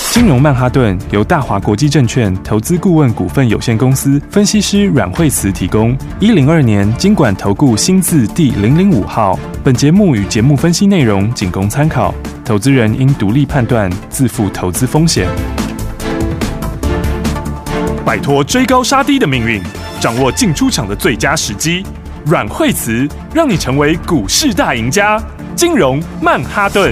金融曼哈顿由大华国际证券投资顾问股份有限公司分析师阮惠慈提供。102年金管投顾新字第005号。本节目与节目分析内容仅供参考，投资人应独立判断，自负投资风险。摆脱追高杀低的命运，掌握进出场的最佳时机。阮惠慈让你成为股市大赢家。金融曼哈顿。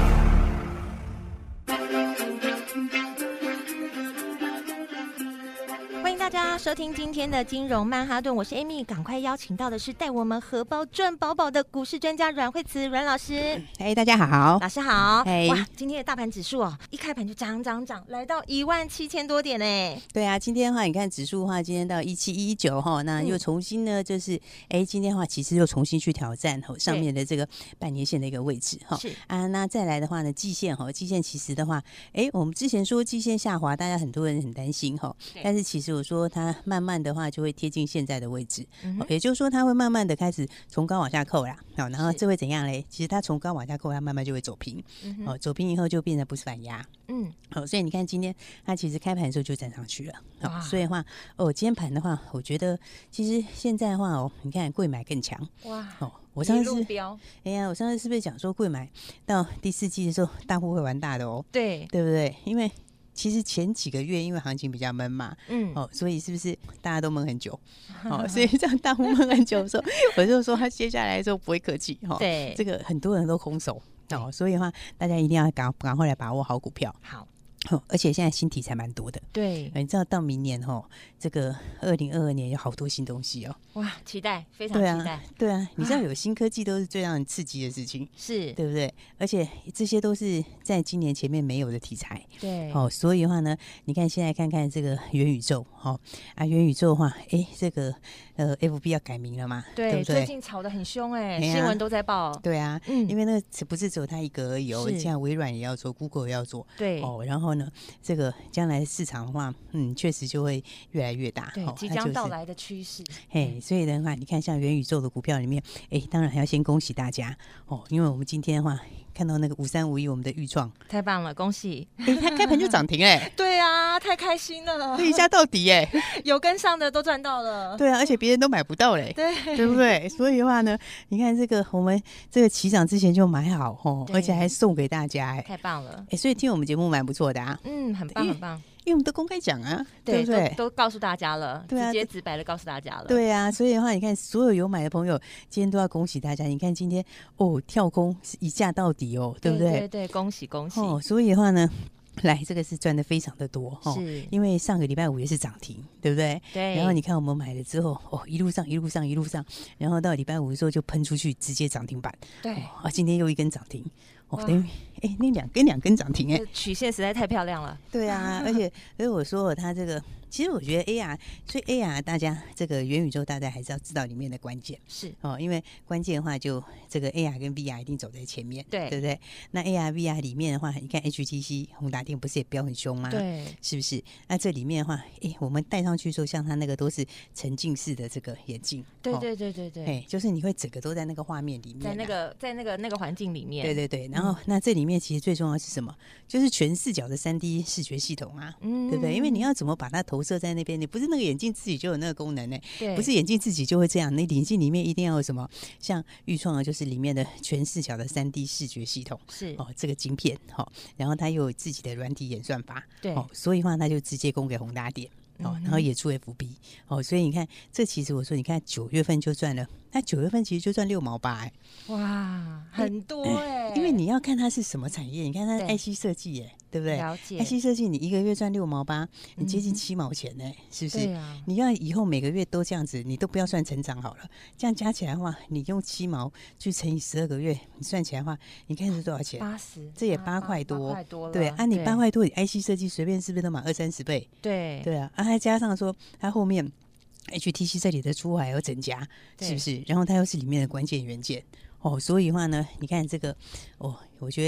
收听今天的金融曼哈顿，我是 Amy， 赶快邀请到的是带我们荷包赚饱饱的股市专家阮惠慈阮老师。 大家好， 老师好。哇，今天的大盘指数一开盘就涨，来到17000多点呢。 对啊，今天的话，你看指数的话，今天到17119哈，那又重新呢，就是今天的话，其实又重新去挑战上面的这个半年线的一个位置哈。是啊，那再来的话呢，季线其实的话，我们之前说季线下滑，大家很多人很担心哈，但是其实我说它慢慢的话就会贴近现在的位置，也就是说它会慢慢的开始从高往下扣啦，然后这会怎样嘞？其实它从高往下扣，它慢慢就会走平，走平以后就变成不是反压，所以你看今天它其实开盘的时候就站上去了，所以的话今天盘的话，我觉得其实现在的话你看贵买更强，哇，我上次我上次是不是讲说贵买到第4季的时候大户会玩大的对不对？因为其实前几个月因为行情比较闷嘛，所以是不是大家都闷很久？所以这样大户闷很久的时候，我就说他接下来的时候不会客气，对，这个很多人都空手，所以的话大家一定要赶快来把握好股票。好。而且现在新题材蛮多的，对，你知道到明年这个2022年有好多新东西哇，期待，非常期待， 对啊，你知道有新科技都是最让人刺激的事情，是对不对？而且这些都是在今年前面没有的题材，对，所以的话呢，你看现在看看这个元宇宙，元宇宙的话，这个FB 要改名了嘛，对不对？ 最近吵得很凶新闻都在报， 对啊，因为那不是只有它一个而已现在微软也要做 ，Google 也要做，对，然后呢，这个将来市场的话，确实就会越来越大， 对，即将到来的趋势。 所以的话，你看像元宇宙的股票里面，当然还要先恭喜大家因为我们今天的话看到那个5351，我们的预创太棒了，恭喜！ 它开盘就涨停对啊，太开心了， 一下到底有跟上的都赚到了， 对啊，而且别人都买不到对不对？所以的话呢，你看这个我们这个起涨之前就买好而且还送给大家太棒了所以听我们节目蛮不错的很棒很棒。 因为我们都公开讲对不对？ 都告诉大家了，对直接直白的告诉大家了。 对啊，所以的话，你看所有有买的朋友，今天都要恭喜大家。你看今天跳空一价到底对不对？ 对，恭喜恭喜所以的话呢，来这个是赚的非常的多是因为上个礼拜5也是涨停，对不对？对。然后你看我们买了之后一路上，然后到礼拜5的时候就喷出去，直接涨停板。对今天又一根涨停。等于那两根涨停曲线实在太漂亮了。 对啊，而且所以我说它这个，其实我觉得 AR， 所以 AR 大家这个元宇宙大家还是要知道里面的关键是因为关键的话就这个 AR 跟 VR 一定走在前面，对不对？那 AR VR 里面的话，你看 HTC 宏达电不是也飙很凶吗？对，是不是？那这里面的话，我们戴上去的时候，像它那个都是沉浸式的这个眼镜，对，就是你会整个都在那个画面里面， 在那个环境里面， 对。然后那这里面其实最重要的是什么？就是全视角的3D 视觉系统对不对？因为你要怎么把它投射在那边？你不是那个眼镜自己就有那个功能不是眼镜自己就会这样。那眼镜里面一定要有什么？像预创的就是里面的全视角的3D 视觉系统是这个晶片然后它又有自己的软体演算法对所以的话那就直接供给宏达电然后也出 FB 所以你看这其实我说你看9月份就赚了。它9月份其实就赚6毛8 哇，很多因为你要看它是什么产业，你看它是 IC 设计对不对？了解 IC 设计，你一个月赚6毛8，你接近7毛钱是不是？对啊，你要以后每个月都这样子，你都不要算成长好了，这样加起来的话，你用7毛去乘以12个月，你算起来的话，你看是多少钱？80，这也8块多，对啊，你8块多，你 IC 设计随便是不是都买20-30倍？对啊，还加上说它后面。HTC 这里的出海要增加，是不是？然后它又是里面的关键元件所以的话呢，你看这个我觉得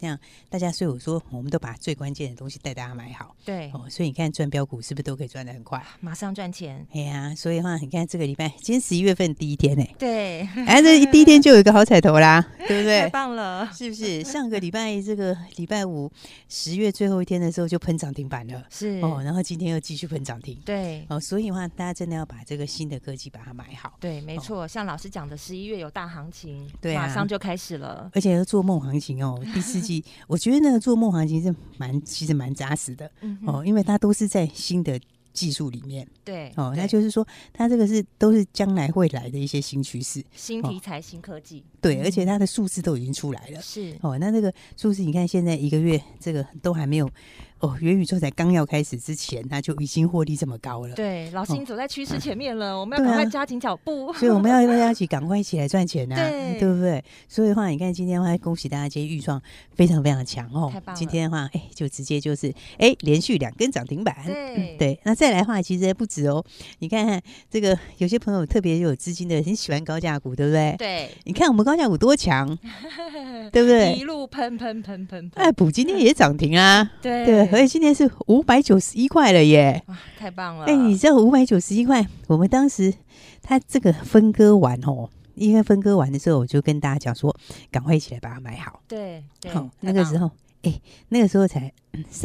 看大家，所以我说我们都把最关键的东西带大家买好。 对所以你看赚标股是不是都可以赚得很快？ 马上赚钱。 哎呀，所以的话，你看这个礼拜，今天11月份第一天对， 这第一天就有一个好彩头啦，对不对？ 太棒了， 是不是？上个礼拜这个礼拜五10月最后一天的时候就喷涨停板了， 是然后今天又继续喷涨停， 对所以的话，大家真的要把这个新的科技把它买好。 对，没错，像老师讲的11月有大行情， 对啊， 马上就开始了， 而且做梦行情第4季，我觉得那个做梦行情是其实蛮扎实的因为它都是在新的技术里面， 对那就是说，它这个都是将来会来的一些新趋势、 新题材、新科技， 对，而且它的数字都已经出来了， 是那这个数字，你看现在1个月这个都还没有。元宇宙才刚要开始之前，它就已经获利这么高了。 对，老师你走在趋势前面了，我们要赶快加紧脚步。 所以我们要大家赶快一起来赚钱啊，对不对？所以的话，你看今天的话，恭喜大家，今天预创非常非常强太棒了。 今天的话，就直接就是连续2根涨停板。 对， 那再来的话，其实不止你看看这个，有些朋友特别有资金的，很喜欢高价股，对不对？ 对， 你看我们高价股多强，对不对？ 一路喷。 爱普今天也涨停啊， 对。 而且今天是591块了耶！ 太棒了！ 你知道591块，我们当时它这个分割完因为分割完的时候，我就跟大家讲说，赶快一起来把它买好。 对， 那个时候，那个时候才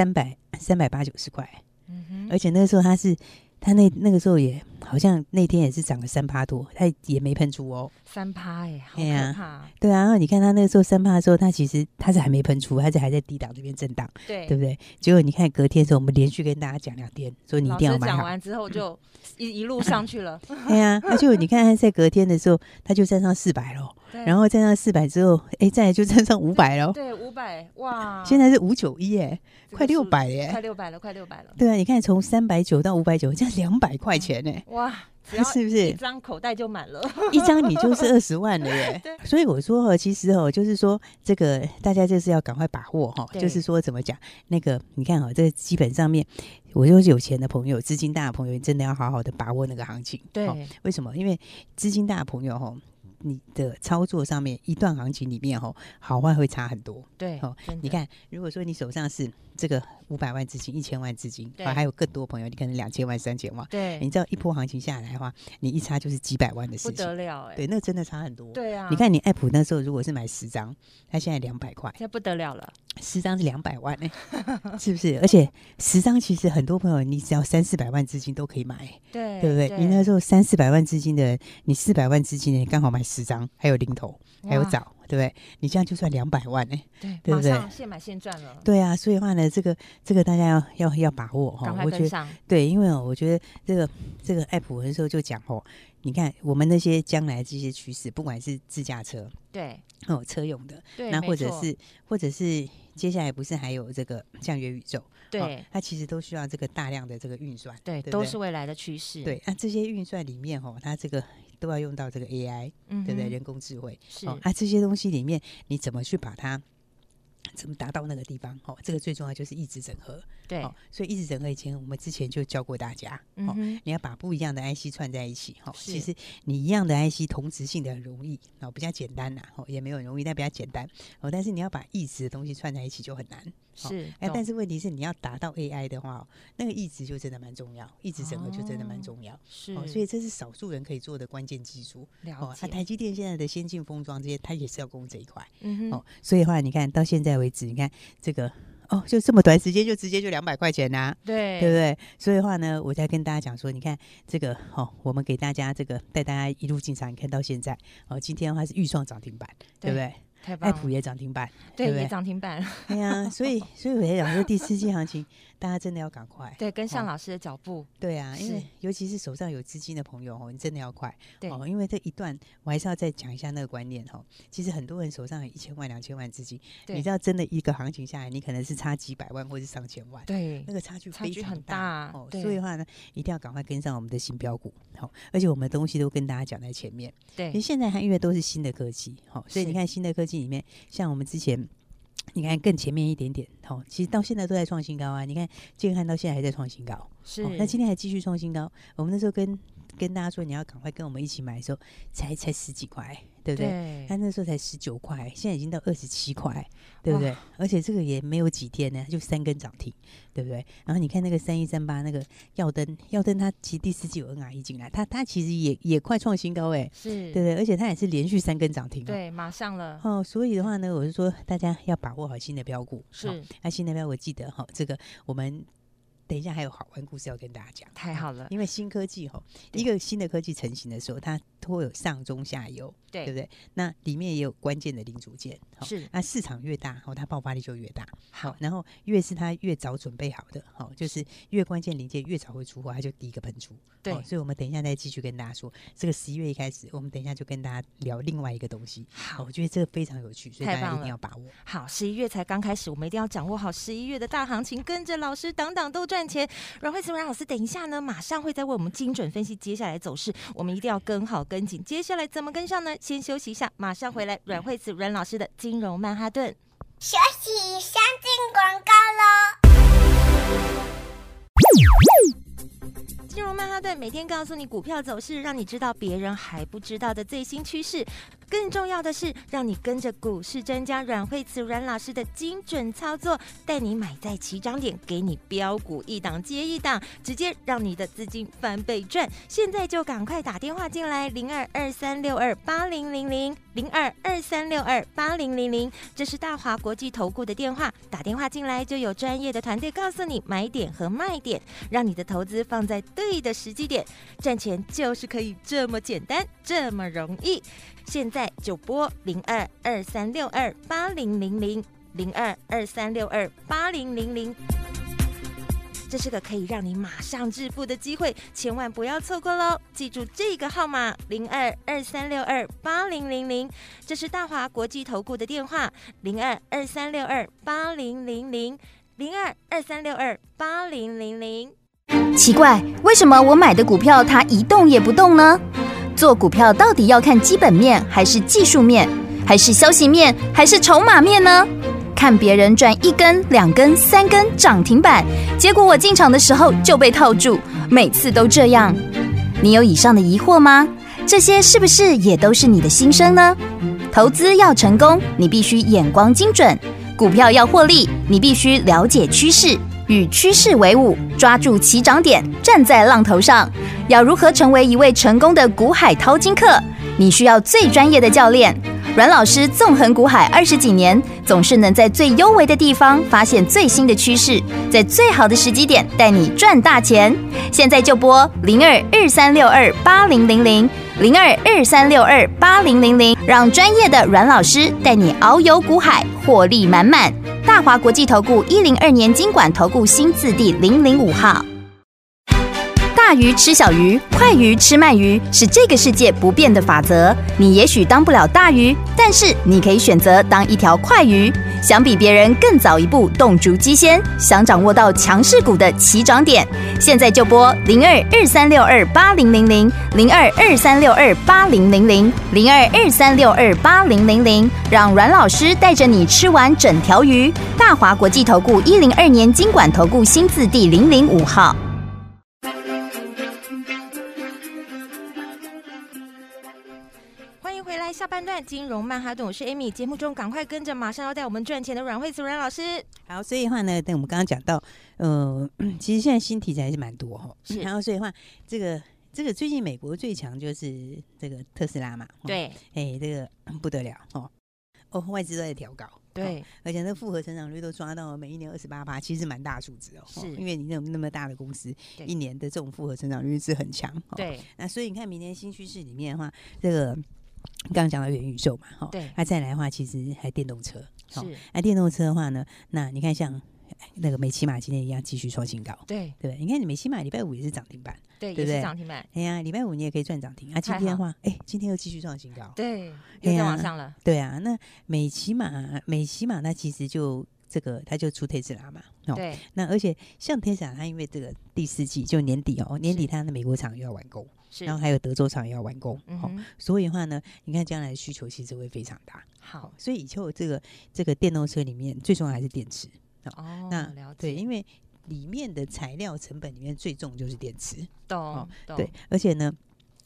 380块，而且那个时候它那个时候也好像那天也是涨了3%多，它也没喷出 3%好可怕。 对啊，你看它那个时候3%的时候，它其实它是还没喷出，它是还在低档这边震荡，对不对？结果你看隔天的时候，我们连续跟大家讲2天，说你一定要买好。 讲完之后就一路上去了。 对啊，那就你看它在隔天的时候，它就站上400了。然后站上400之后，再来就站上500了。 对，500哇！ 现在是591快600耶， 快600了。 对啊，你看从390到590，这样200块钱呢。 哇！ 是不是一张口袋就满了？ 一张你就是20万了耶！所以我说其实就是说这个大家就是要赶快把握就是说怎么讲那个你看这个基本上面，我说有钱的朋友、资金大的朋友，你真的要好好的把握那个行情。 对， 为什么？因为资金大的朋友你的操作上面一段行情里面好坏会差很多。 对， 你看，如果说你手上是这个500万资金、1000万资金，还有更多朋友，你可能2000万、3000万， 对， 你知道一波行情下来的话，你一差就是几百万的事情， 不得了对，那真的差很多。 对啊， 你看你爱普那时候如果是买10张，它现在200块， 这不得了了 ，10张是200万是不是？而且10张其实很多朋友你只要300-400万资金都可以买， 对不对？你那时候300-400万资金的人，你400万资金的人刚好买10张，还有零头，还有枣。对不对？你这样就算200万对不对？马上现买现赚了。 对啊，所以的话呢，这个大家要把握赶快跟上。 对，因为我觉得这个爱普的时候就讲你看我们那些将来这些趋势，不管是自驾车， 对车用的， 对， 那或者是接下来不是还有这个像元宇宙， 对， 它其实都需要这个大量的这个运算， 对，都是未来的趋势。 对，那这些运算里面它这个都要用到这个 AI，对不对？人工智慧是这些东西里面，你怎么去把它怎么达到那个地方？这个最重要就是意志整合。 对， 所以意志整合以前我们之前就教过大家，你要把不一样的 IC 串在一起。其实你一样的 IC 同质性的很容易，比较简单啦，也没有很容易，但比较简单。但是你要把意志的东西串在一起就很难。 是， 但是问题是你要达到 AI 的话，那个意志就真的蛮重要，意志整合就真的蛮重要。 是， 所以这是少数人可以做的关键技术。 了解。 台积电现在的先进封装这些，它也是要攻这一块。所以的话，你看到现在为止，你看这个。就这么短时间就直接就200块钱啦， 对， 对不对？所以的话呢，我再跟大家讲说，你看这个我们给大家这个带大家一路进场，你看到现在今天的话是预创涨停板，对不对？爱普也涨停板， 对，也涨停板。 对呀，所以我也讲说第4季行情，大家真的要赶快， 对，跟上老师的脚步。 对啊，因为尤其是手上有资金的朋友你真的要快。 对， 因为这一段我还是要再讲一下那个观念其实很多人手上有1000万、2000万资金，你知道真的一个行情下来，你可能是差几百万或是上千万， 对， 那个差距非常很大所以的话呢，一定要赶快跟上我们的新标股而且我们的东西都跟大家讲在前面。 对， 因为现在它因为都是新的科技所以你看新的科技里面，像我们之前。你看更前面一点点其实到现在都在创新高啊！你看健汉到现在还在创新高， 是那今天还继续创新高。我们那时候跟跟大家说你要赶快跟我们一起买的时候，才10几块，对不对？他那时候才19块，现在已经到27块，对不对？而且这个也没有几天呢，就3根涨停，对不对？然后你看那个3138那个耀登，它其实第4季有 NRE 进来，它其实也快创新高哎， 是， 对不对？而且它也是连续3根涨停， 对，马上了哦。所以的话呢，我是说大家要把握好新的标股， 是。 那新的标我记得这个我们。等一下还有好玩故事要跟大家讲， 太好了！ 因为新科技一个新的科技成型的时候，它会有上中下游，对不对？那里面也有关键的零组件， 是。 那市场越大，它爆发力就越大。好，然后越是它越早准备好的，就是越关键零件越早会出货，它就第一个喷出。对，所以我们等一下再继续跟大家说，这个11月一开始，我们等一下就跟大家聊另外一个东西。好，我觉得这个非常有趣，所以大家一定要把握。 好，11月才刚开始，我们一定要掌握好11月的大行情，跟着老师档档都赚钱。阮慧慈阮老师等一下呢，马上会再为我们精准分析接下来走势，我们一定要跟好跟紧。接下来怎么跟上呢？先休息一下，马上回来。阮慧慈阮老师的金融曼哈顿， 休息先进广告喽。 金融曼哈顿每天告诉你股票走势，让你知道别人还不知道的最新趋势。更重要的是，让你跟着股市专家阮慧慈阮老师的精准操作，带你买在起涨点，给你标股一档接一档，直接让你的资金翻倍赚。现在就赶快打电话进来，0223628000，0223628000，这是大华国际投顾的电话。打电话进来就有专业的团队告诉你买点和卖点，让你的投资放在对的时机点，赚钱就是可以这么简单，这么容易。现在就拨0223628000，0223628000，这是个可以让你马上致富的机会，千万不要错过喽！记住这个号码0223628000，这是大华国际投顾的电话0223628000，0223628000。 奇怪，为什么我买的股票它一动也不动呢？做股票到底要看基本面，还是技术面，还是消息面，还是筹码面呢？看别人赚1根、2根、3根涨停板，结果我进场的时候就被套住，每次都这样。你有以上的疑惑吗？这些是不是也都是你的心声呢？投资要成功，你必须眼光精准；股票要获利，你必须了解趋势。与趋势为伍，抓住起涨点，站在浪头上。要如何成为一位成功的股海淘金客？你需要最专业的教练。阮老师纵横股海20几年，总是能在最优微的地方发现最新的趋势，在最好的时机点带你赚大钱。现在就拨0223628000，0223628000，让专业的阮老师带你遨游股海，获利满满。大华国际投顾102年金管投顾新字第005号。大鱼吃小鱼，快鱼吃慢鱼，是这个世界不变的法则。你也许当不了大鱼，但是你可以选择当一条快鱼。想比别人更早一步动足机先，想掌握到强势股的起涨点，现在就拨0223628000，0223628000，0223628000，让阮老师带着你吃完整条鱼。大华国际投顾102年金管投顾新字第005号。 下半段金融曼哈顿，我是 Amy。节目中赶快跟着马上要带我们赚钱的阮慧慈阮老师。 好，所以的话呢，等我们刚刚讲到，其实现在新题材还是蛮多哈。然后所以的话，这个最近美国最强就是这个特斯拉嘛。 对， 这个不得了外资都在调高。 对， 而且那复合成长率都抓到每一年28%，其实蛮大数字是因为你那么大的公司，一年的这种复合成长率是很强。 对， 那所以你看明年新趋势里面的话，这个。刚刚讲到元宇宙嘛， 对， 那再来的话，其实还电动车， 是， 那电动车的话呢，那你看像那个美骑马今天一样继续创新高， 对对不对？你看你美骑马礼拜5也是涨停板， 对， 对不对？ 也是涨停板， 哎呀，礼拜5你也可以赚涨停啊。今天的话，今天又继续创新高， 对，又在往上了， 对啊。那美骑马它其实就。它就出特斯拉嘛， 对。 那而且像特斯拉，它因为这个第4季就年底它的美国厂又要完工，然后还有德州厂也要完工，所以的话呢，你看将来的需求其实会非常大。 好， 所以以后这个电动车里面最重要还是电池。 那了解。 对，因为里面的材料成本里面最重就是电池。 懂。 对，而且呢。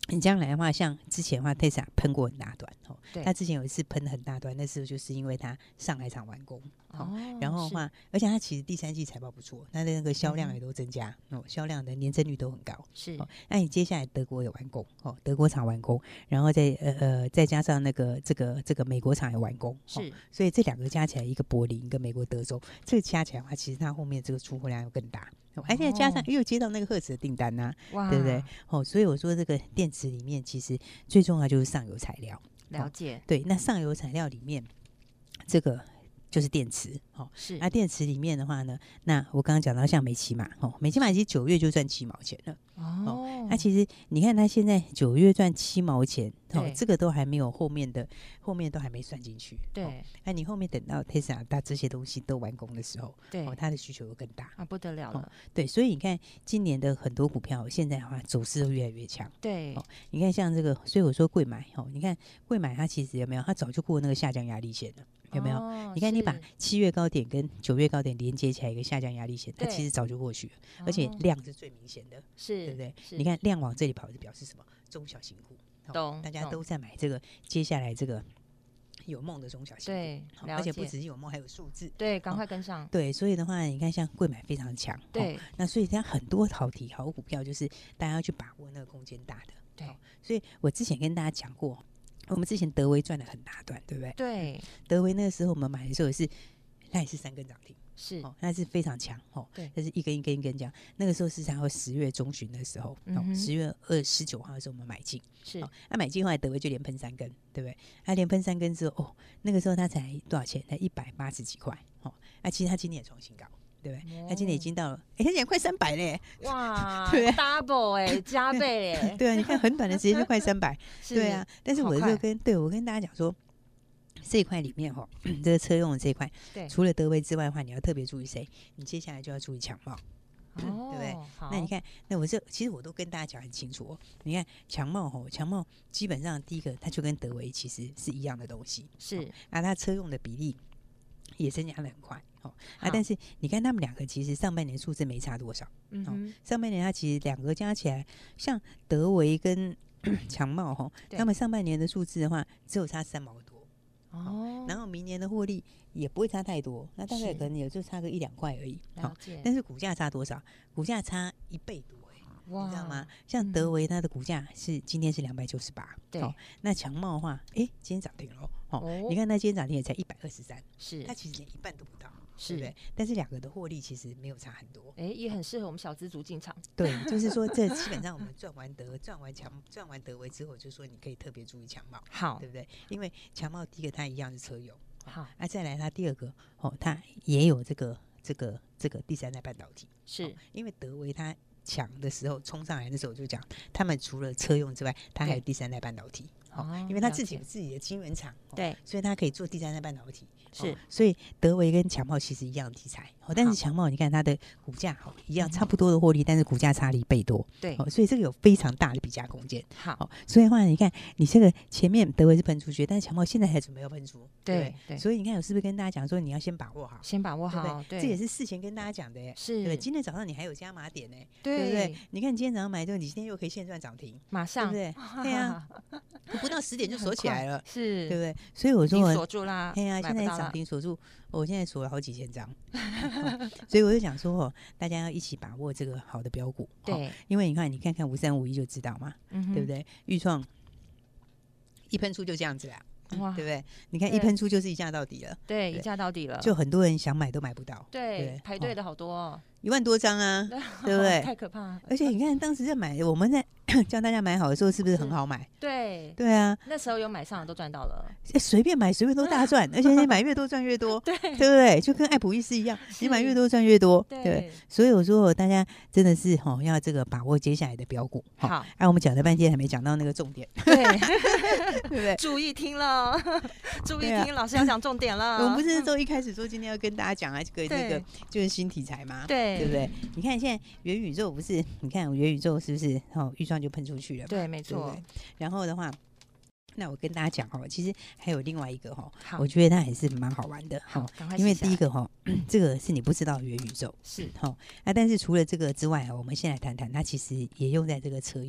你将来的话，像之前的话 ，Tesla 喷过很大段哦。 对， 它之前有一次喷很大段，那时候就是因为它上海厂完工哦， 然后的话，而且它其实第3季财报不错，它的那个销量也都增加销量的年增率都很高。 是那你接下来德国也完工德国厂完工，然后再加上那个这个美国厂也完工， 是， 所以这2个加起来，一个柏林，一个美国德州，这个加起来的话，其实它后面这个出货量又更大。而且加上又接到那个赫兹的订单呐，对不对？所以我说这个电池里面其实最重要就是上游材料。 了解， 对，那上游材料里面这个就是电池， 是。 那电池里面的话呢，那我刚刚讲到像美骑马，美骑马其实9月就赚7毛钱了。那其实你看它现在9月赚7毛钱，这个都还没有后面都还没算进去。 对， 那你后面等到 Tesla 它这些东西都完工的时候， 对， 它的需求又更大啊，不得了了。 对，所以你看今年的很多股票现在的话走势都越来越强。 对， 你看像这个，所以我说贵买你看贵买它其实有没有？它早就过那个下降压力线了。有没有？你看，你把7月高点跟9月高点连接起来一个下降压力线，它其实早就过去了，而且量是最明显的，对不对？你看量往这里跑是表示什么？中小型股，大家都在买这个接下来这个有梦的中小型股， 对， 而且不只是有梦，还有数字， 对，赶快跟上。 对，所以的话，你看像贵买非常强， 对， 那所以它很多好股票就是大家要去把握那个空间大的， 对， 所以我之前跟大家讲过。我们之前德微赚了很大段，对不对？ 对， 德微那个时候我们买的时候它也是3根涨停， 是那是非常强对， 但是一根一根一根这样。那个时候是在10月中旬的时候，10月19号的时候我们买进， 是那买进后来德微就连喷3根，对不对？它连喷3根之后，那个时候它才多少钱？才180几块，那其实它今年也创新高。对不对？他今年已经到了，他现在快300嘞！ 哇，对，double 加倍嘞！ 对啊，你看很短的时间就快300，对啊。但是我就我跟大家讲说，这一块里面这个车用的这一块，除了德微之外的话，你要特别注意谁？你接下来就要注意强茂，对不对？那你看，那其实我都跟大家讲很清楚你看强茂基本上第一个，它就跟德微其实是一样的东西， 是它车用的比例也增加的很快。但是你看他们2个其实上半年数字没差多少，上半年它其实2个加起来，像德微跟强茂他们上半年的数字的话，只有差3毛多，然后明年的获利也不会差太多，那大概可能也就差个1-2块而已，但是股价差多少？股价差1倍多。你知道吗？像德微它的股价今天是298， 对， 那强茂的话，今天涨停了你看它今天涨停也才123， 是它其实连1半都不到， 是对不对？但是2个的获利其实没有差很多， 也很适合我们小资族进场。 对，就是说这基本上我们赚完德微之后，就说你可以特别注意强茂， 好， 对不对？因为强茂第一个它一样是车用， 好， 再来它第2个它也有这个第3代半导体， 是因为德微它强的时候冲上来的时候就讲，他们除了车用之外，它还有第3代半导体，因为它自己有自己的晶圆厂， 对， 所以它可以做第3代半导体， 是， 所以德微跟强茂其实一样的题材，但是强茂你看它的股价一样差不多的获利，但是股价差了1倍多， 对， 所以这个有非常大的比价空间， 好， 所以的话你看你这个前面德微是喷出去，但是强茂现在还准备要喷出， 对， 所以你看我是不是跟大家讲说你要先把握好， 对， 这也是事前跟大家讲的耶， 是， 对，今天早上你还有加码点呢， 对不对？你看你今天早上买之后，你今天又可以现赚涨停， 马上， 对不对？对啊，不到10点就锁起来了， 是， 对不对？所以我说锁住啦， 对啊，现在涨停锁住，我现在锁了好几千张，所以我就想说大家要一起把握这个好的标股， 对， 因为你看5351就知道嘛，对不对？豫创一喷出就这样子啦。对不对？你看一喷出就是一价到底了， 对，一价到底了， 就很多人想买都买不到， 对，排队的好多 ，1万多张啊，对不对？ 太可怕！ 而且你看当时在买，我们在叫大家买好的时候，是不是很好买？ 对， 对啊， 那时候有买上的都赚到了， 随便买随便都大赚，而且你买越多赚越多，对不对？就跟爱普医师一样，你买越多赚越多，对。所以我说大家真的是要这个把握接下来的标股。 好， 我们讲了半天还没讲到那个重点， 对， 对不对？ 注意听了，注意听，老师要讲重点了。 我们不是都一开始说今天要跟大家讲这个就是新题材嘛，对不对？你看现在元宇宙不是？你看元宇宙是不是预算就喷出去了？ 对，没错。 对，然后的话，那我跟大家讲其实还有另外一个我觉得它还是蛮好玩的因为第一个这个是你不知道的元宇宙是但是除了这个之外我们先来谈谈它其实也用在这个车用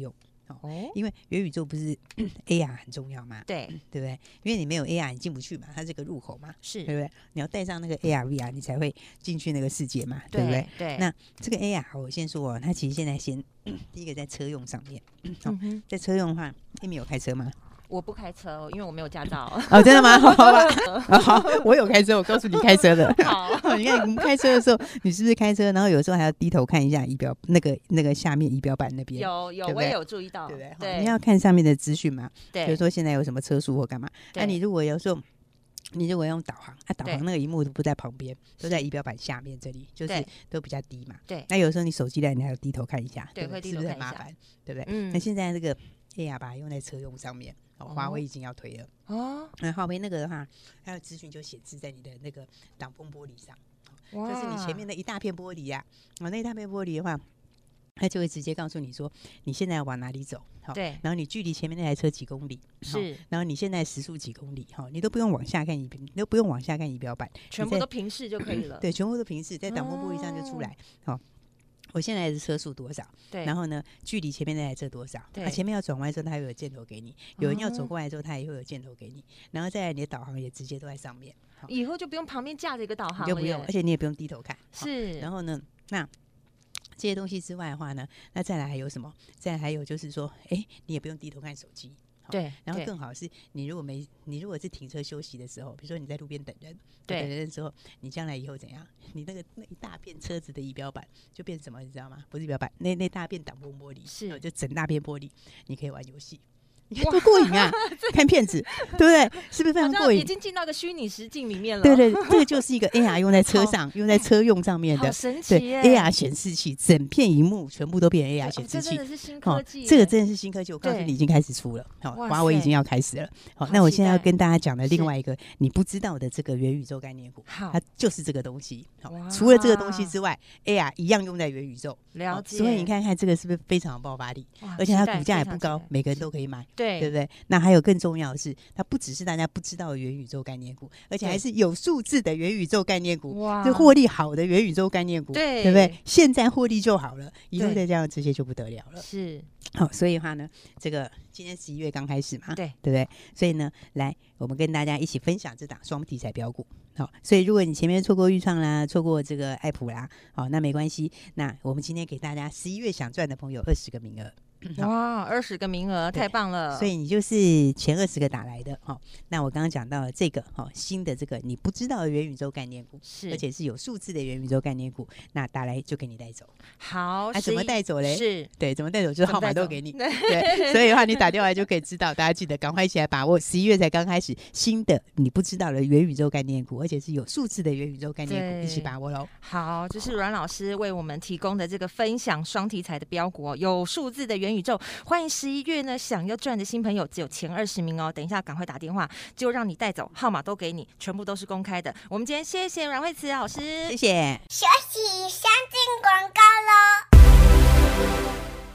因为元宇宙不是AR 很重要嘛， 对对不对？因为你没有 AR 你进不去嘛，它是个入口嘛， 是， 对不对？你要带上那个 AR、VR 你才会进去那个世界嘛，对不对？ 对。 那这个 AR 我先说它其实现在第一个在车用上面，在车用的话，Amy有开车吗？ 我不开车，因为我没有驾照。 哦，真的吗？好吧，好，我有开车，我告诉你开车的。好，你看我们开车的时候，你是不是开车？然后有时候还要低头看一下仪表，那个下面仪表板那边。 有，我也有注意到， 对不对？ 对， 你要看上面的资讯嘛。 对， 比如说现在有什么车速或干嘛。那你如果有时候。你如果用导航，导航那个萤幕都不在旁边，都在仪表板下面这里，就是都比较低嘛。 对， 那有时候你手机来，你还要低头看一下， 对，会低头看一下， 是不是很麻烦？对不对？那现在这个 AR 把它用在车用上面，华为已经要推了。哦，那华为那个的话，还有资讯就显示在你的那个挡风玻璃上，就是你前面的一大片玻璃呀。那一大片玻璃的话。它就会直接告诉你说你现在要往哪里走， 对， 然后你距离前面那台车几公里， 是， 然后你现在时速几公里，你都不用往下看你都不用往下看仪表板， 全部都平视就可以了。 对，全部都平视，在挡风玻璃上就出来。我现在的车速多少？对，然后呢，距离前面那台车多少？对，前面要转弯的时候，它会有箭头给你；有人要走过来的时候，它也会有箭头给你。然后再来，你的导航也直接都在上面。 以后就不用旁边架着一个导航了， 就不用，而且你也不用低头看。 是， 然后呢，那。这些东西之外的话呢，那再来还有什么？再来还有就是说，你也不用低头看手机。 对， 然后更好是你如果是停车休息的时候，比如说你在路边等人，等人的时候，你将来以后怎样？你那一大片车子的仪表板就变什么？你知道吗？不是仪表板，那大片挡风玻璃，是就整大片玻璃，你可以玩游戏。你看多过瘾啊！看片子，对不对？是不是非常过瘾？ 已经进到个虚拟实境里面了。 对，这个就是一个 AR 用在车上，用在车用上面的， 好神奇耶！ 对 AR 显示器，整片荧幕全部都变成 AR 显示器， 这真的是新科技。 这个真的是新科技，我告诉你，已经开始出了。华为已经要开始了。好，那我现在要跟大家讲的另外一个你不知道的这个元宇宙概念股，它就是这个东西。除了这个东西之外 ，AR 一样用在元宇宙。 了解。 所以你看看这个是不是非常有爆发力？而且它股价也不高，每个人都可以买，对不对？那还有更重要的是，它不只是大家不知道的元宇宙概念股，而且还是有数字的元宇宙概念股，就获利好的元宇宙概念股，对不对？现在获利就好了，以后再这样这些就不得了了。 是， 好，所以的话呢，这个今天11月刚开始嘛，对不对？所以呢，来我们跟大家一起分享这档双题材标股。好，所以如果你前面错过预创啦，错过这个爱普啦，好，那没关系。那我们今天给大家11月想赚的朋友20个名额。 哇，20个名额，太棒了！ 所以你就是前20个打来的哈。那我刚刚讲到了这个新的这个你不知道的元宇宙概念股，是而且是有数字的元宇宙概念股，那打来就给你带走。 好， 怎么带走嘞？ 是对，怎么带走？就是号码都给你。对，所以的话你打电话就可以知道。大家记得赶快一起来把握11月才刚开始新的你不知道的元宇宙概念股，而且是有数字的元宇宙概念股，一起把握喽。 好，这是阮老师为我们提供的这个分享双题材的标股，有数字的元宇宙。欢迎11月呢想要赚的新朋友，只有前20名哦。等一下赶快打电话，就让你带走，号码都给你，全部都是公开的。我们今天谢谢阮慧慈老师， 谢谢。 休息，先进广告喽。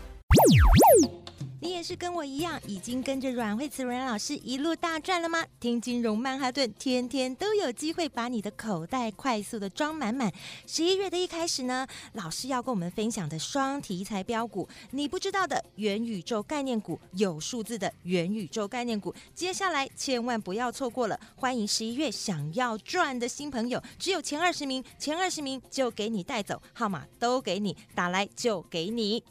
你也是跟我一样，已经跟着阮慧慈阮老师一路大赚了吗？听金融曼哈顿，天天都有机会把你的口袋快速的装满满。11月的一开始呢，老师要跟我们分享的双题材标股，你不知道的元宇宙概念股，有数字的元宇宙概念股，接下来千万不要错过了。欢迎11月想要赚的新朋友，只有前20名，前20名就给你带走，号码都给你，打来就给你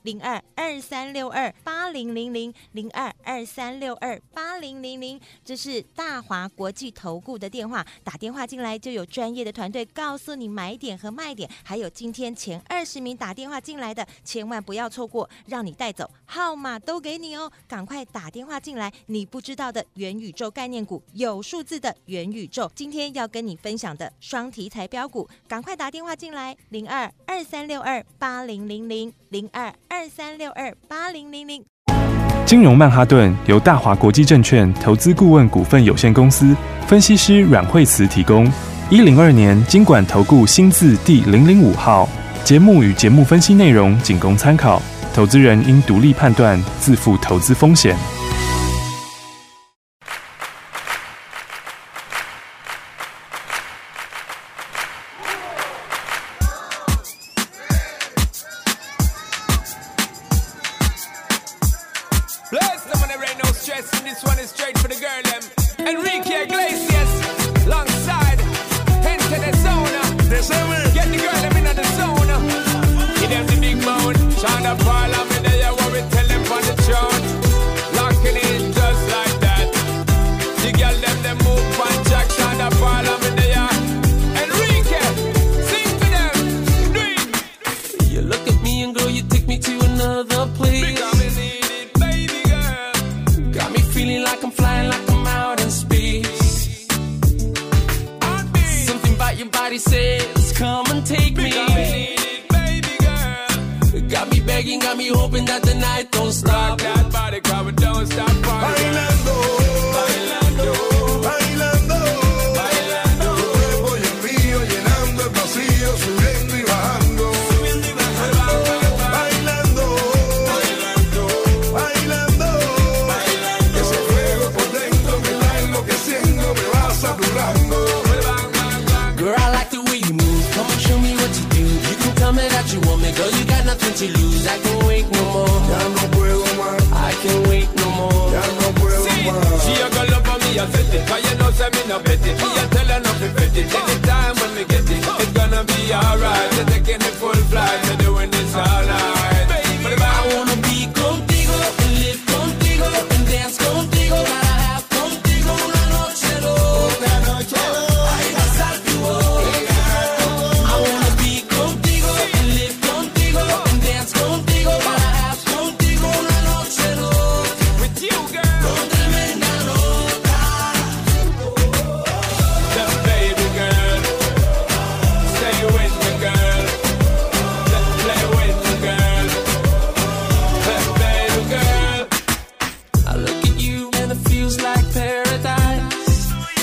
02-2362-8000，02-2362-8000，这是大华国际投顾的电话，打电话进来就有专业的团队告诉你买点和卖点，还有今天前20名打电话进来的，千万不要错过，让你带走，号码都给你哦，赶快打电话进来。你不知道的元宇宙概念股，有数字的元宇宙，今天要跟你分享的双题材标股，赶快打电话进来02-2362-8000，02-2362-8000。 金融曼哈顿由大华国际证券投资顾问股份有限公司分析师阮慧慈提供。102年金管投顾新字第005号。节目与节目分析内容仅供参考，投资人应独立判断，自负投资风险。 Yes, and this one is straight for the girl them. Enrique Iglesias, alongside Into the Zone. Get the girl them into the zone. Give them the big moan. Shonda Paul, I'm in there, what we tell them on the throne. Locking in just like that. The girl them move on Jack. Shonda Paul, I'm in there. Enrique, sing for them. Do it. You look at me and girl, you take me to another place. Baby girl. Got me feeling like I'm flying, like I'm out in space. Something about your body says, come and take me. Baby girl. Got me begging, got me hoping that the night don't stop. Rock that body, come and don't stop. Bailando, bailando, bailando, bailando. Tu cuerpo y el mío llenando el vacío, subiendo y bajando. Bailando, bailando, bailando. Ese fuego por dentro me va enloqueciendo, me va saturando. Girl, I like the way you move. Come and show me what you do. You can tell me that you want me, girl. You got nothing to lose. I can't wait no more. Ya no puedo más. I can't wait no more. Ya no puedo más. She a go love for me, I set it. Cause you know say me no bet it. Me a tell her not to bet it. Anytime when we get it, it's gonna be alright. We're taking the full flight, we're doing this all night. I wanna be contigo, live contigo, and dance contigo. Para have contigo una noche loca. Ay, pasar tu boca. I wanna be contigo, live contigo, and dance contigo. Para have contigo una noche loca. With you, girl. Con tremenda nota. The baby girl. Stay with me, girl. Play with me, girl. The baby girl. I look at you and it feels like paradise.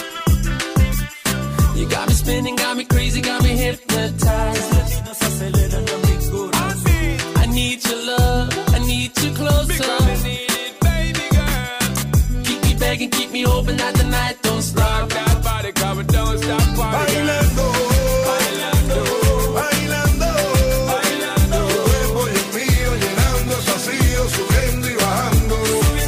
You got me spinning, got me crazy, got me hypnotized. I need your love, I need you closer. Baby girl. Keep me begging, keep me hoping that the night don't stop. Rock that body, come and don't stop. Bailando, bailando, bailando, bailando. Tu cuerpo y el mío llenando el vacío, subiendo y bajando.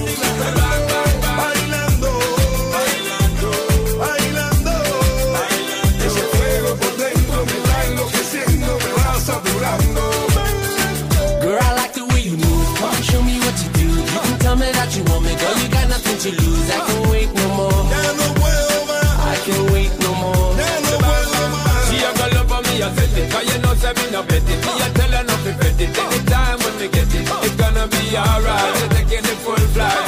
Bailando, bailando, bailando. Ese fuego por dentro me va enloqueciendo, me va saturando. Girl, I like the way you move. Come and show me what you do. You can tell me that you want me, girl. You got nothing to lose. I can't wait no more. Ya no puedo más, I can't wait no more. ya no puedo más. She a go love for me, I set it. Cause you know say me no bet it. Me a tell her not to bet it. Anytime when we get it, it's gonna be alright. We're taking the full flight.